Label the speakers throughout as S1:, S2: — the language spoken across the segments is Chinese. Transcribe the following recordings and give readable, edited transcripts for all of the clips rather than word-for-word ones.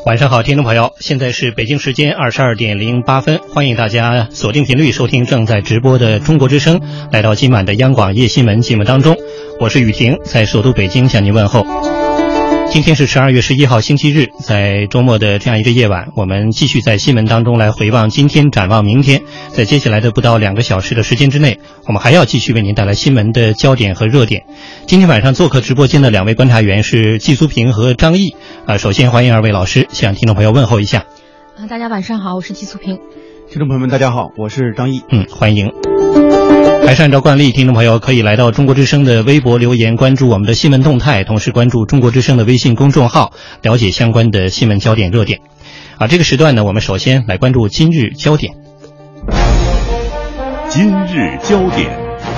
S1: 晚上好，听众朋友，现在是北京时间22:08，欢迎大家锁定频率收听正在直播的中国之声，来到今晚的央广夜新闻节目当中，我是雨婷，在首都北京向您问候。今天是12月11号星期日，在周末的这样一个夜晚，我们继续在新闻当中来回望今天，展望明天。在接下来的不到2个小时的时间之内，我们还要继续为您带来新闻的焦点和热点。今天晚上做客直播间的2位观察员是季苏平和张毅。首先欢迎2位老师向听众朋友问候一下。
S2: 大家晚上好，我是季苏平。
S3: 听众朋友们大家好，我是张毅。
S1: 欢迎。还是按照惯例，听众朋友可以来到中国之声的微博留言，关注我们的新闻动态，同时关注中国之声的微信公众号，了解相关的新闻焦点热点。这个时段呢，我们首先来关注今日焦点。
S4: 今日焦点。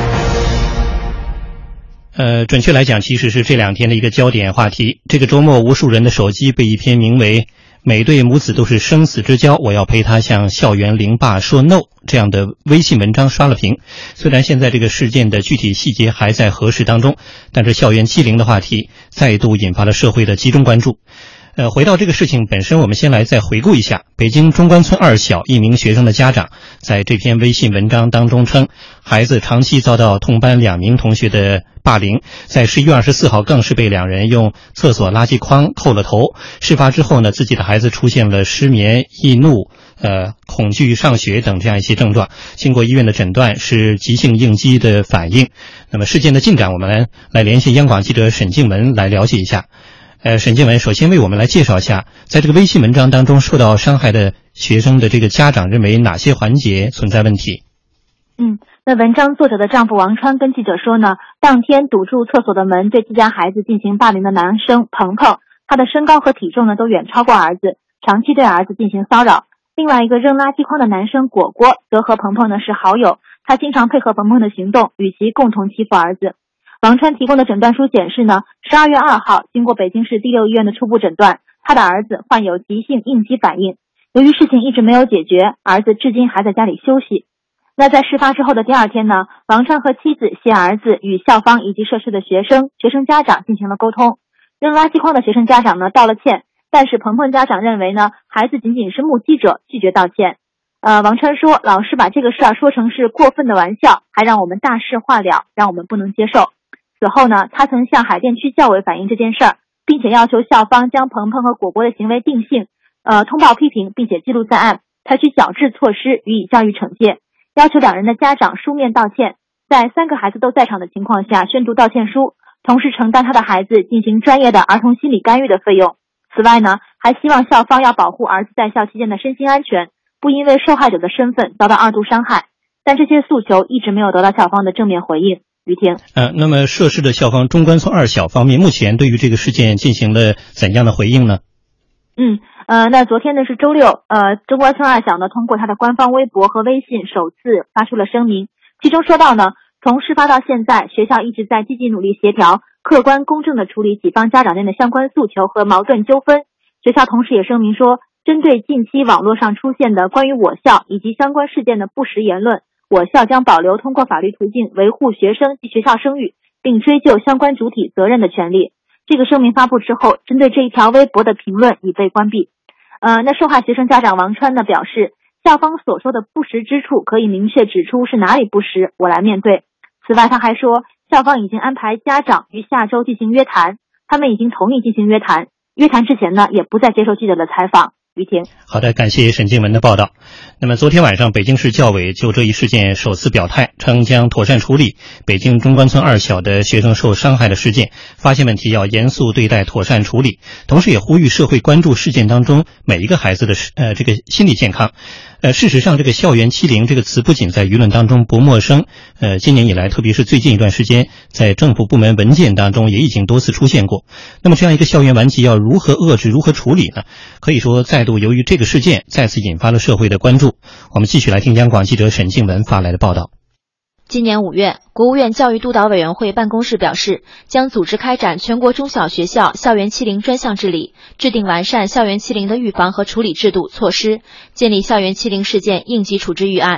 S1: 准确来讲，其实是这2天的一个焦点话题。这个周末，无数人的手机被一篇名为每对母子都是生死之交，我要陪他向校园凌霸说 no 这样的微信文章刷了屏。虽然现在这个事件的具体细节还在核实当中，但是校园欺凌的话题再度引发了社会的集中关注。回到这个事情本身，我们先来再回顾一下。北京中关村2小一名学生的家长在这篇微信文章当中称，孩子长期遭到同班2名同学的霸凌，在11月24号更是被2人用厕所垃圾筐扣了头。事发之后呢，自己的孩子出现了失眠、易怒、恐惧上学等这样一些症状，经过医院的诊断是急性应激的反应。那么事件的进展，我们来联系央广记者沈静文来了解一下。沈静文首先为我们来介绍一下，在这个微信文章当中受到伤害的学生的这个家长认为哪些环节存在问题？
S5: 那文章作者的丈夫王川跟记者说呢，当天堵住厕所的门对自家孩子进行霸凌的男生鹏鹏，他的身高和体重呢都远超过儿子，长期对儿子进行骚扰。另外一个扔垃圾筐的男生果果则和鹏鹏呢是好友，他经常配合鹏鹏的行动，与其共同欺负儿子。王川提供的诊断书显示呢，12月2号经过北京市第6医院的初步诊断，他的儿子患有急性应激反应。由于事情一直没有解决，儿子至今还在家里休息。那在事发之后的第2天呢，王川和妻子携儿子与校方以及涉事的学生家长进行了沟通。扔垃圾筐的学生家长呢道了歉，但是鹏鹏家长认为呢，孩子仅仅是目击者，拒绝道歉。王川说，老师把这个事儿说成是过分的玩笑，还让我们大事化了，让我们不能接受。此后呢，他曾向海淀区教委反映这件事儿，并且要求校方将鹏鹏和果果的行为定性，通报批评，并且记录在案，采取矫治措施予以教育惩戒，要求2人的家长书面道歉，在3个孩子都在场的情况下宣读道歉书，同时承担他的孩子进行专业的儿童心理干预的费用。此外呢，还希望校方要保护儿子在校期间的身心安全，不因为受害者的身份遭到2度伤害。但这些诉求一直没有得到校方的正面回应。于婷，
S1: 那么涉事的校方中关村2小方面目前对于这个事件进行了怎样的回应呢？
S5: 那昨天呢是周六，中关村2小呢通过他的官方微博和微信首次发出了声明，其中说到呢，从事发到现在，学校一直在积极努力协调，客观公正地处理己方家长间的相关诉求和矛盾纠纷。学校同时也声明说，针对近期网络上出现的关于我校以及相关事件的不实言论，我校将保留通过法律途径维护学生及学校声誉，并追究相关主体责任的权利。这个声明发布之后，针对这一条微博的评论已被关闭。那受害学生家长王川呢表示，校方所说的不实之处可以明确指出是哪里不实，我来面对。此外，他还说，校方已经安排家长于下周进行约谈，他们已经同意进行约谈。约谈之前呢，也不再接受记者的采访。于婷，
S1: 好的，感谢沈静文的报道。那么昨天晚上，北京市教委就这一事件首次表态，称将妥善处理北京中关村2小的学生受伤害的事件，发现问题要严肃对待，妥善处理。同时也呼吁社会关注事件当中每一个孩子的这个心理健康。事实上，这个校园欺凌这个词不仅在舆论当中不陌生，今年以来，特别是最近一段时间，在政府部门文件当中也已经多次出现过。那么这样一个校园顽疾要如何遏制，如何处理呢？可以说再度由于这个事件再次引发了社会的关注。我们继续来听央广记者沈静文发来的报道。
S2: 今年5月，国务院教育督导委员会办公室表示，将组织开展全国中小学校校园欺凌专项治理，制定完善校园欺凌的预防和处理制度措施，建立校园欺凌事件应急处置预案。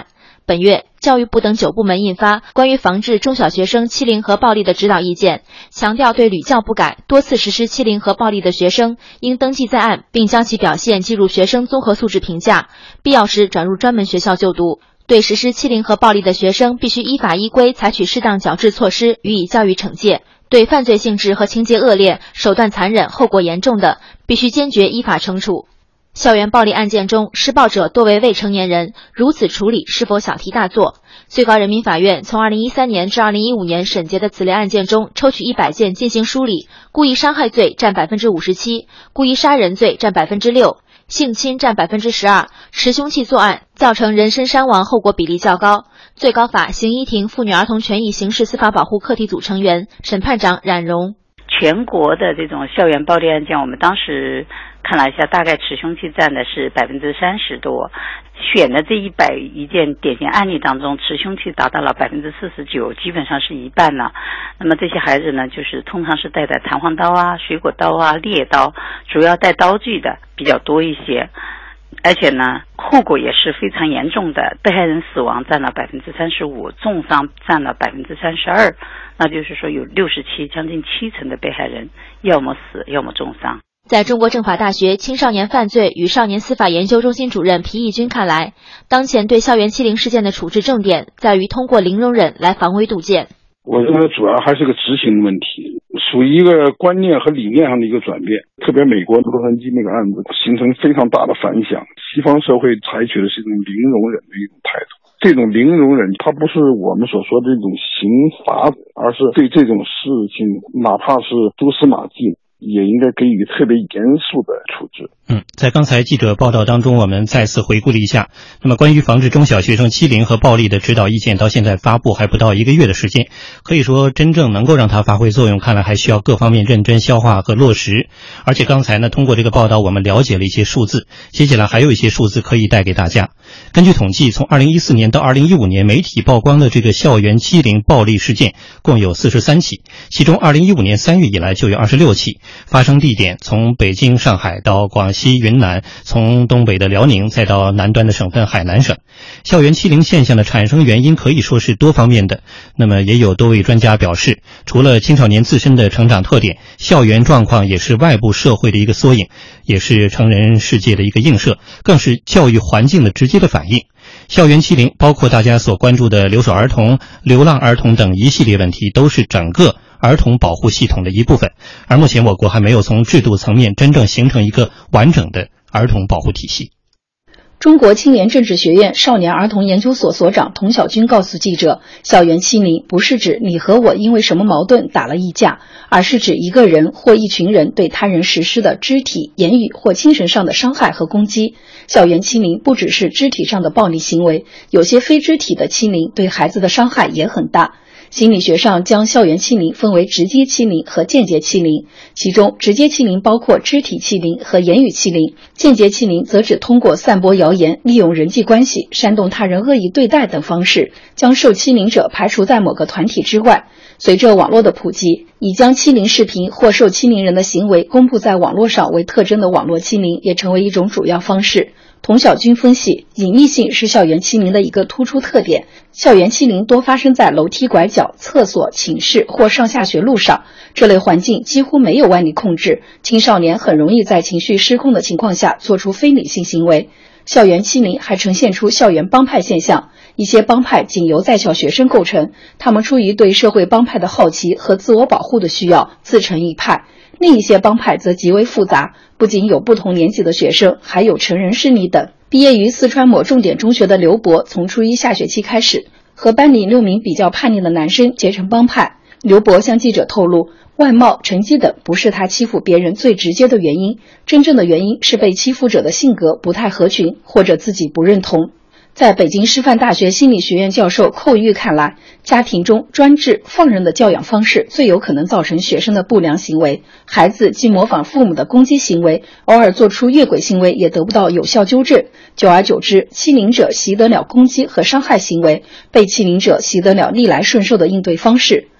S2: 本月，教育部等9部门印发关于防治中小学生欺凌和暴力的指导意见，强调对屡教不改、多次实施欺凌和暴力的学生，应登记在案，并将其表现记入学生综合素质评价，必要时转入专门学校就读。对实施欺凌和暴力的学生，必须依法依规采取适当矫治措施，予以教育惩戒。对犯罪性质和情节恶劣、手段残忍、后果严重的，必须坚决依法惩处。校园暴力案件中，施暴者多为未成年人，如此处理是否小题大做？最高人民法院从2013年至2015年审结的此类案件中，抽取100件进行梳理，故意伤害罪占57%，故意杀人罪占6%，性侵占12%，持凶器作案造成人身伤亡后果比例较高。最高法刑一庭妇女儿童权益刑事司法保护课题组成员、审判长冉荣。
S4: 全国的这种校园暴力案件，我们当时看了一下，大概持凶器占的是30%多。选的这101件典型案例当中，持凶器达到了49%，基本上是一半了。那么这些孩子呢，就是通常是带着弹簧刀啊、水果刀啊、猎刀，主要带刀具的比较多一些。而且呢，后果也是非常严重的，被害人死亡占了35%，重伤占了32%，那就是说有67%，将近70%的被害人要么死，要么重伤。
S2: 在中国政法大学青少年犯罪与少年司法研究中心主任皮义军看来，当前对校园欺凌事件的处置重点在于通过零容忍来防微杜渐。
S6: 我认为主要还是个执行的问题，属于一个观念和理念上的一个转变。特别美国洛杉矶那个案子形成非常大的反响，西方社会采取的是一种零容忍的一种态度。这种零容忍，它不是我们所说的这种刑罚，而是对这种事情，哪怕是蛛丝马迹，也应该给予特别严肃的处置。
S1: 在刚才记者报道当中，我们再次回顾了一下，那么关于防治中小学生欺凌和暴力的指导意见，到现在发布还不到1个月的时间，可以说真正能够让它发挥作用，看来还需要各方面认真消化和落实。而且刚才呢，通过这个报道，我们了解了一些数字，接下来还有一些数字可以带给大家。根据统计，从2014年到2015年，媒体曝光的这个校园欺凌暴力事件共有43起，其中2015年3月以来就有26起，发生地点从北京、上海到广西、云南，从东北的辽宁再到南端的省份海南省。校园欺凌现象的产生原因可以说是多方面的，那么也有多位专家表示，除了青少年自身的成长特点，校园状况也是外部社会的一个缩影，也是成人世界的一个映射，更是教育环境的直接的反应。校园欺凌包括大家所关注的留守儿童、流浪儿童等一系列问题，都是整个儿童保护系统的一部分，而目前我国还没有从制度层面真正形成一个完整的儿童保护体系。
S7: 中国青年政治学院少年儿童研究所所长童晓军告诉记者，校园欺凌不是指你和我因为什么矛盾打了一架，而是指一个人或一群人对他人实施的肢体、言语或精神上的伤害和攻击。校园欺凌不只是肢体上的暴力行为，有些非肢体的欺凌对孩子的伤害也很大。心理学上将校园欺凌分为直接欺凌和间接欺凌，其中直接欺凌包括肢体欺凌和言语欺凌，间接欺凌则指通过散播谣言、利用人际关系、煽动他人恶意对待等方式，将受欺凌者排除在某个团体之外。随着网络的普及，以将欺凌视频或受欺凌人的行为公布在网络上为特征的网络欺凌也成为一种主要方式。童晓军分析，隐秘性是校园欺凌的一个突出特点。校园欺凌多发生在楼梯拐角、厕所、寝室或上下学路上，这类环境几乎没有外力控制，青少年很容易在情绪失控的情况下做出非理性行为。校园欺凌还呈现出校园帮派现象，一些帮派仅由在校学生构成，他们出于对社会帮派的好奇和自我保护的需要，自成一派。另一些帮派则极为复杂，不仅有不同年纪的学生，还有成人势力等。毕业于四川某重点中学的刘博，从初一下学期开始，和班里6名比较叛逆的男生结成帮派。刘博向记者透露，外貌、成绩等不是他欺负别人最直接的原因，真正的原因是被欺负者的性格不太合群，或者自己不认同。在北京师范大学心理学院教授寇玉看来，家庭中专制放任的教养方式最有可能造成学生的不良行为。孩子既模仿父母的攻击行为，偶尔做出越轨行为也得不到有效纠正，久而久之，欺凌者习得了攻击和伤害行为，被欺凌者习得了逆来顺受的应对方式。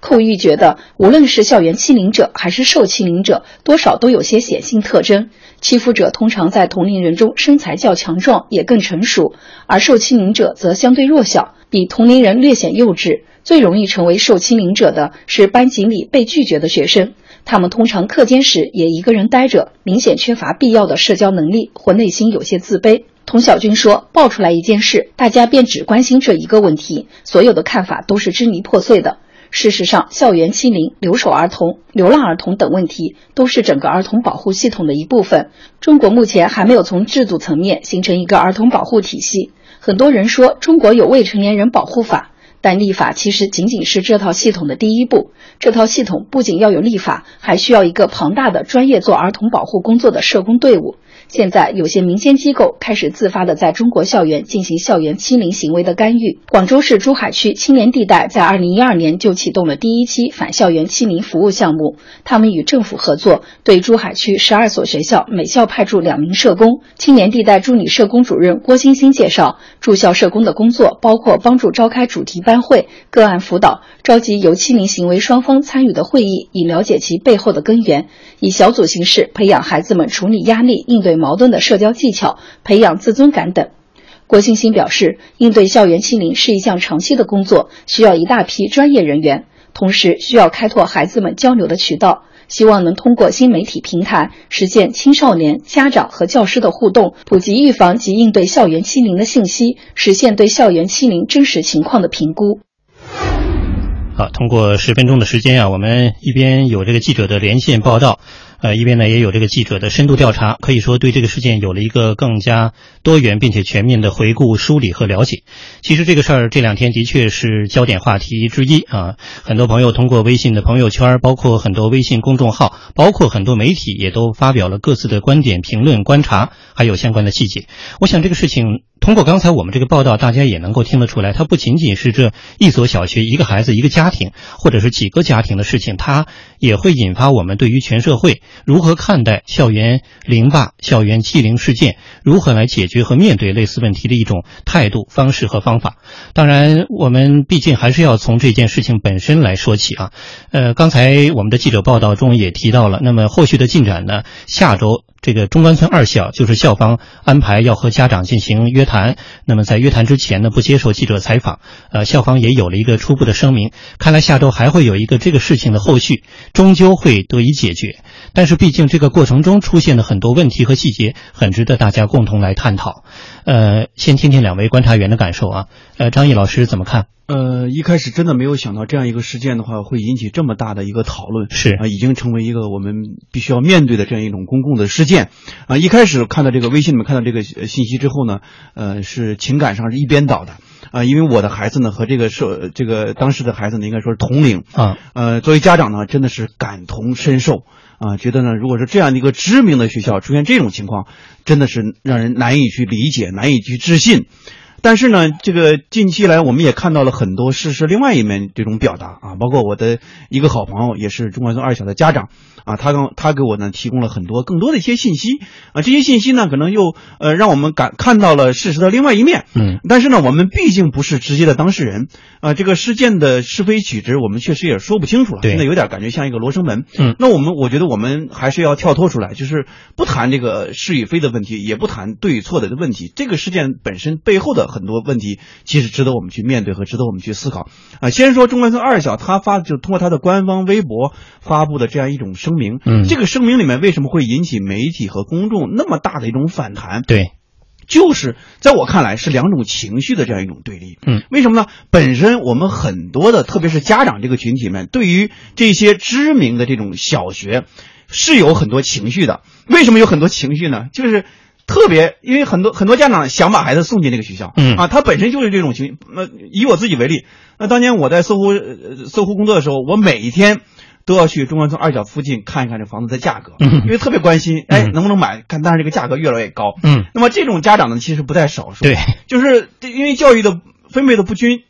S7: 寇玉觉得，无论是校园欺凌者还是受欺凌者，多少都有些显性特征。欺负者通常在同龄人中身材较强壮，也更成熟，而受欺凌者则相对弱小，比同龄人略显幼稚。最容易成为受欺凌者的是班级里被拒绝的学生，他们通常课间时也一个人待着，明显缺乏必要的社交能力，或内心有些自卑。童晓军说，爆出来一件事，大家便只关心这一个问题，所有的看法都是支离破碎的。事实上，校园欺凌、留守儿童、流浪儿童等问题都是整个儿童保护系统的一部分。中国目前还没有从制度层面形成一个儿童保护体系。很多人说中国有未成年人保护法，但立法其实仅仅是这套系统的第一步。这套系统不仅要有立法，还需要一个庞大的专业做儿童保护工作的社工队伍。现在有些民间机构开始自发地在中国校园进行校园欺凌行为的干预。广州市珠海区青年地带在2012年就启动了第一期反校园欺凌服务项目，他们与政府合作，对珠海区12所学校每校派驻2名社工。青年地带助理社工主任郭欣欣介绍，驻校社工的工作包括帮助召开主题班会、个案辅导，召集由欺凌行为双方参与的会议，以了解其背后的根源，以小组形式培养孩子们处理压力、应对矛盾的社交技巧，培养自尊感等。郭欣欣表示，应对校园欺凌是一项长期的工作，需要一大批专业人员，同时需要开拓孩子们交流的渠道，希望能通过新媒体平台实现青少年、家长和教师的互动，普及预防及应对校园欺凌的信息，实现对校园欺凌真实情况的评估。
S1: 好，通过10分钟的时间啊，我们一边有这个记者的连线报道，一边呢也有这个记者的深度调查，可以说对这个事件有了一个更加多元并且全面的回顾、梳理和了解。其实这个事儿这2天的确是焦点话题之一啊，很多朋友通过微信的朋友圈，包括很多微信公众号，包括很多媒体也都发表了各自的观点、评论、观察，还有相关的细节。我想这个事情通过刚才我们这个报道，大家也能够听得出来，它不仅仅是这一所小学、一个孩子、一个家庭，或者是几个家庭的事情，它也会引发我们对于全社会如何看待校园凌霸、校园欺凌事件，如何来解决和面对类似问题的一种态度、方式和方法。当然，我们毕竟还是要从这件事情本身来说起啊。刚才我们的记者报道中也提到了，那么后续的进展呢？下周这个中关村2校就是校方安排要和家长进行约谈，那么在约谈之前呢，不接受记者采访，校方也有了一个初步的声明，看来下周还会有一个这个事情的后续，终究会得以解决。但是毕竟这个过程中出现了很多问题和细节，很值得大家共同来探讨。先听听2位观察员的感受啊。张毅老师怎么看？
S3: 一开始真的没有想到这样一个事件的话会引起这么大的一个讨论，
S1: 是
S3: 啊，已经成为一个我们必须要面对的这样一种公共的事件啊。一开始看到这个微信里面看到这个信息之后呢，是情感上是一边倒的啊，因为我的孩子呢和这个当时的孩子呢应该说是同龄啊，作为家长呢真的是感同身受啊，觉得呢如果是这样的一个知名的学校出现这种情况，真的是让人难以去理解，难以去置信。但是呢，这个近期来我们也看到了很多事实另外一面这种表达啊，包括我的一个好朋友也是中关村2校的家长啊，他给我呢提供了更多的一些信息啊，这些信息呢可能又让我们看到了事实的另外一面。但是呢我们毕竟不是直接的当事人啊，这个事件的是非曲直我们确实也说不清楚了，现在有点感觉像一个罗生门。那我觉得我们还是要跳脱出来，就是不谈这个是与非的问题，也不谈对与错的问题，这个事件本身背后的很多问题其实值得我们去面对和值得我们去思考啊。先说中关村2校，就通过他的官方微博发布的这样一种声明，这个声明里面为什么会引起媒体和公众那么大的一种反弹？对，就是在我看来是2种情绪的这样一种对立。为什么呢？本身我们很多的特别是家长这个群体们对于这些知名的这种小学是有很多情绪的。为什么有很多情绪呢？就是特别因为很多家长想把孩子送进这个学校他本身就是这种情绪。以我自己为例，那当年我在搜狐工作的时候，我每一天都要去中关村2校附近看一看这房子的价格，因为特别关心能不能买，看但是这个价格越来越高。那么这种家长呢其实不在少数，对，就是因为教育的分配的不均，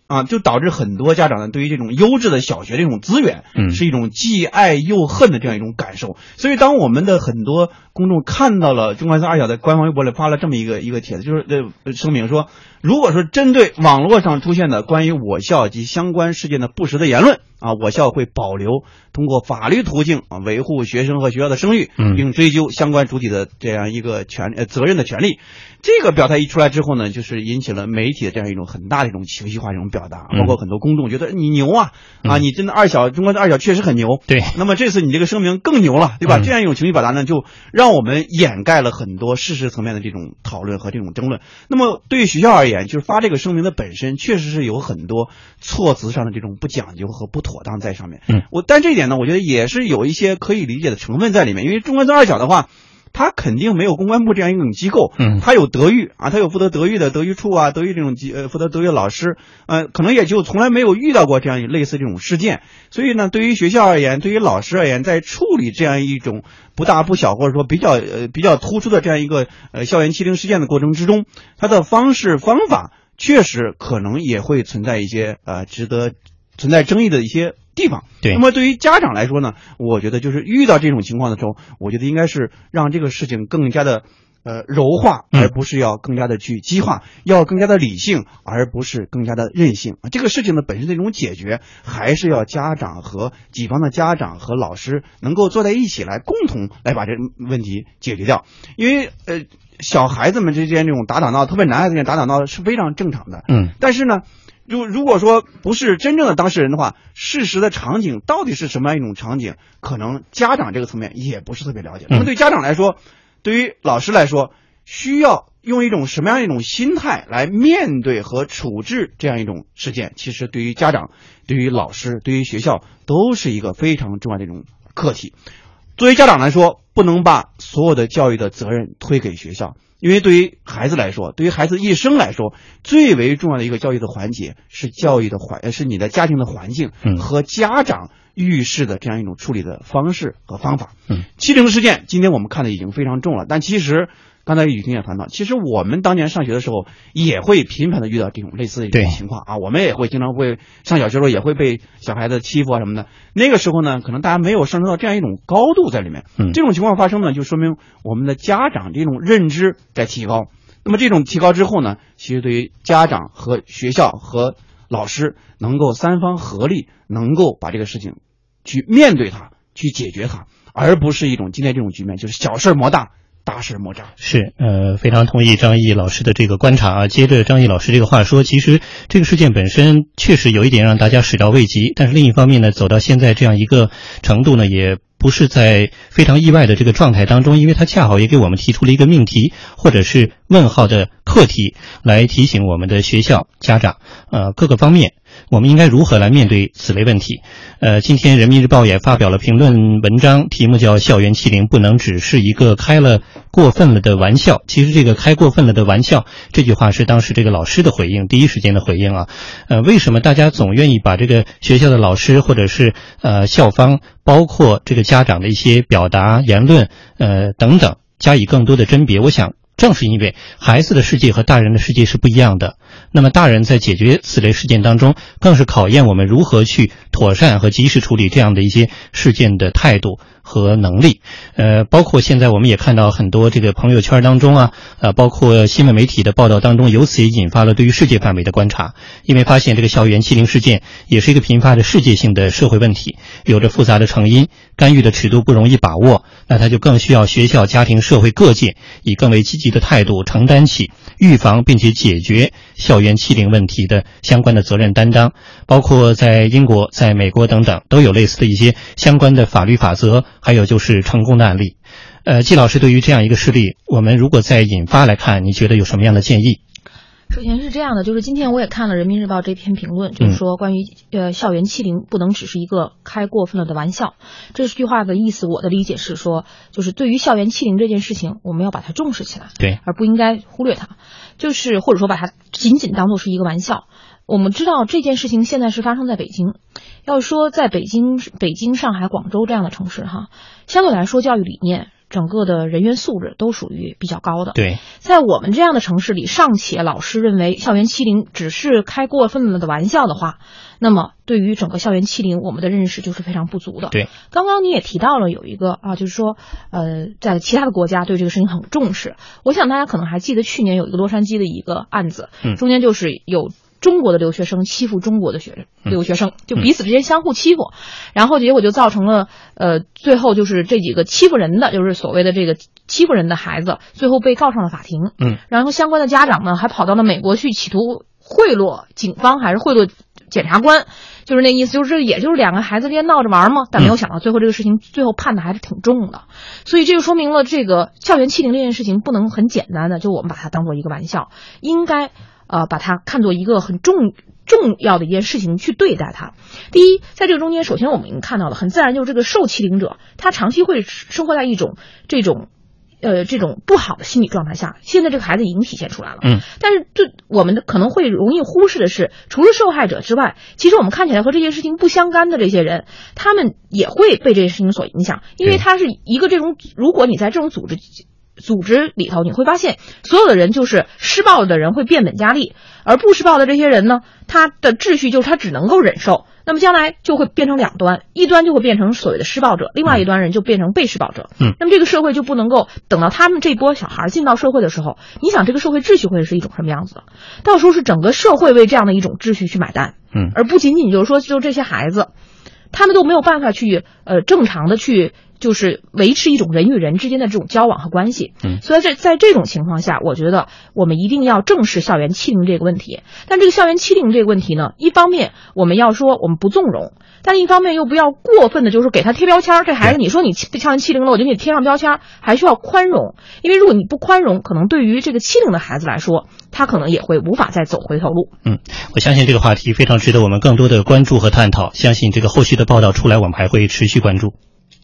S3: 就导致很多家长呢对于这种优质的小学这种资源，是一种既爱又恨的这样一种感受。所以当我们的很多公众看到了中关村二小的官方微博里发了这么一个帖子，就是声明说，如果说针对网络上出现的关于我校及相关事件的不实的言论我校会保留通过法律途径维护学生和学校的声誉，并追究相关主体的这样一个责任的权利。这个表态一出来之后呢，就是引起了媒体的这样一种很大的一种情绪化这种表达，包括很多公众觉得你牛你真的中关村二小确实很牛，
S1: 对，
S3: 那么这次你这个声明更牛了，对吧？这样一种情绪表达呢，就让我们掩盖了很多事实层面的这种讨论和这种争论。那么对于学校而言，就是发这个声明的本身确实是有很多措辞上的这种不讲究和不妥当在上面。但这一点呢，我觉得也是有一些可以理解的成分在里面，因为中关村二小的话，他肯定没有公关部这样一种机构，他有德育他有负责德育的德育处德育这种负责德育的老师，可能也就从来没有遇到过这样类似这种事件。所以呢，对于学校而言，对于老师而言，在处理这样一种不大不小或者说比较突出的这样一个校园欺凌事件的过程之中，他的方式方法确实可能也会存在一些值得存在争议的一些地方。
S1: 对，
S3: 那么对于家长来说呢，我觉得就是遇到这种情况的时候，我觉得应该是让这个事情更加的柔化，而不是要更加的去激化，要更加的理性，而不是更加的任性。这个事情的本身的一种解决，还是要家长和己方的家长和老师能够坐在一起来，共同来把这问题解决掉。因为小孩子们之间这种打闹，特别男孩子之间打闹是非常正常的。但是呢，如果说不是真正的当事人的话，事实的场景到底是什么样一种场景，可能家长这个层面也不是特别了解。那么对家长来说，对于老师来说，需要用一种什么样一种心态来面对和处置这样一种事件，其实对于家长、对于老师、对于学校都是一个非常重要的一种课题。作为家长来说，不能把所有的教育的责任推给学校，因为对于孩子来说，对于孩子一生来说，最为重要的一个教育的环节是是你的家庭的环境和家长遇事的这样一种处理的方式和方法。欺凌事件今天我们看的已经非常重了，但其实刚才雨婷也谈到，其实我们当年上学的时候也会频繁的遇到这种类似的一种情况我们也会经常会上小学的时候也会被小孩子欺负什么的。那个时候呢，可能大家没有上升到这样一种高度在里面。这种情况发生呢，就说明我们的家长这种认知在提高。那么这种提高之后呢，其实对于家长和学校和老师能够三方合力，能够把这个事情去面对它，去解决它，而不是一种今天这种局面，就是小事磨大，大事莫长。
S1: 是，非常同意张毅老师的这个观察接着张毅老师这个话说，其实这个事件本身确实有一点让大家始料未及，但是另一方面呢，走到现在这样一个程度呢，也不是在非常意外的这个状态当中，因为它恰好也给我们提出了一个命题或者是问号的课题，来提醒我们的学校、家长各个方面我们应该如何来面对此类问题。今天人民日报也发表了评论文章，题目叫校园欺凌不能只是一个开了过分了的玩笑。其实这个开过分了的玩笑这句话是当时这个老师的回应，第一时间的回应为什么大家总愿意把这个学校的老师或者是校方包括这个家长的一些表达言论等等加以更多的甄别。我想正是因为孩子的世界和大人的世界是不一样的，那么大人在解决此类事件当中，更是考验我们如何去妥善和及时处理这样的一些事件的态度和能力。包括现在我们也看到很多这个朋友圈当中包括新闻媒体的报道当中，由此也引发了对于世界范围的观察。因为发现这个校园欺凌事件也是一个频发的世界性的社会问题，有着复杂的成因，干预的尺度不容易把握，那它就更需要学校、家庭、社会各界以更为积极的态度承担起预防并且解决校园欺凌问题的相关的责任担当。包括在英国、在美国等等都有类似的一些相关的法律法则，还有就是成功的案例。季老师，对于这样一个事例，我们如果再引发来看，你觉得有什么样的建议？
S8: 首先是这样的，就是今天我也看了人民日报这篇评论，就是说关于校园欺凌不能只是一个开过分了的玩笑。这句话的意思，我的理解是说，就是对于校园欺凌这件事情，我们要把它重视起来，对，而不应该忽略它，就是或者说把它仅仅当作是一个玩笑。我们知道这件事情现在是发生在北京，要说在北京、上海、广州这样的城市相对来说教育理念整个的人员素质都属于比较高的。
S1: 对，
S8: 在我们这样的城市里，尚且老师认为校园欺凌只是开过分了的玩笑的话，那么对于整个校园欺凌，我们的认识就是非常不足的。
S1: 对，
S8: 刚刚你也提到了有一个就是说，在其他的国家对这个事情很重视。我想大家可能还记得去年有一个洛杉矶的一个案子，中间就是有中国的留学生欺负中国的留学生，就彼此之间相互欺负，然后结果就造成了最后就是这几个欺负人的，就是所谓的这个欺负人的孩子，最后被告上了法庭。然后相关的家长呢还跑到了美国去企图贿赂警方还是贿赂检察官，就是那意思，就是也就是两个孩子之间闹着玩嘛，但没有想到最后这个事情最后判的还是挺重的。所以这就说明了这个校园欺凌这件事情不能很简单的就我们把它当做一个玩笑，应该把它看作一个很重要的一件事情去对待它。第一，在这个中间，首先我们已经看到了，很自然就是这个受欺凌者，他长期会生活在一种这种不好的心理状态下。现在这个孩子已经体现出来了。但是我们可能会容易忽视的是，除了受害者之外，其实我们看起来和这些事情不相干的这些人，他们也会被这些事情所影响，因为他是一个这种，如果你在这种组织里头，你会发现所有的人就是施暴的人会变本加厉，而不施暴的这些人呢，他的秩序就是他只能够忍受，那么将来就会变成两端，一端就会变成所谓的施暴者，另外一端人就变成被施暴者。那么这个社会就不能够等到他们这波小孩进到社会的时候，你想这个社会秩序会是一种什么样子的？到时候是整个社会为这样的一种秩序去买单，而不仅仅就是说就这些孩子，他们都没有办法去正常的去就是维持一种人与人之间的这种交往和关系。所以在这种情况下，我觉得我们一定要正视校园欺凌这个问题。但这个校园欺凌这个问题呢，一方面我们要说我们不纵容，但一方面又不要过分的就是给他贴标签，这孩子你说你校园欺凌了，我就给你贴上标签，还需要宽容。因为如果你不宽容，可能对于这个欺凌的孩子来说，他可能也会无法再走回头路。
S1: 我相信这个话题非常值得我们更多的关注和探讨，相信这个后续的报道出来，我们还会持续关注。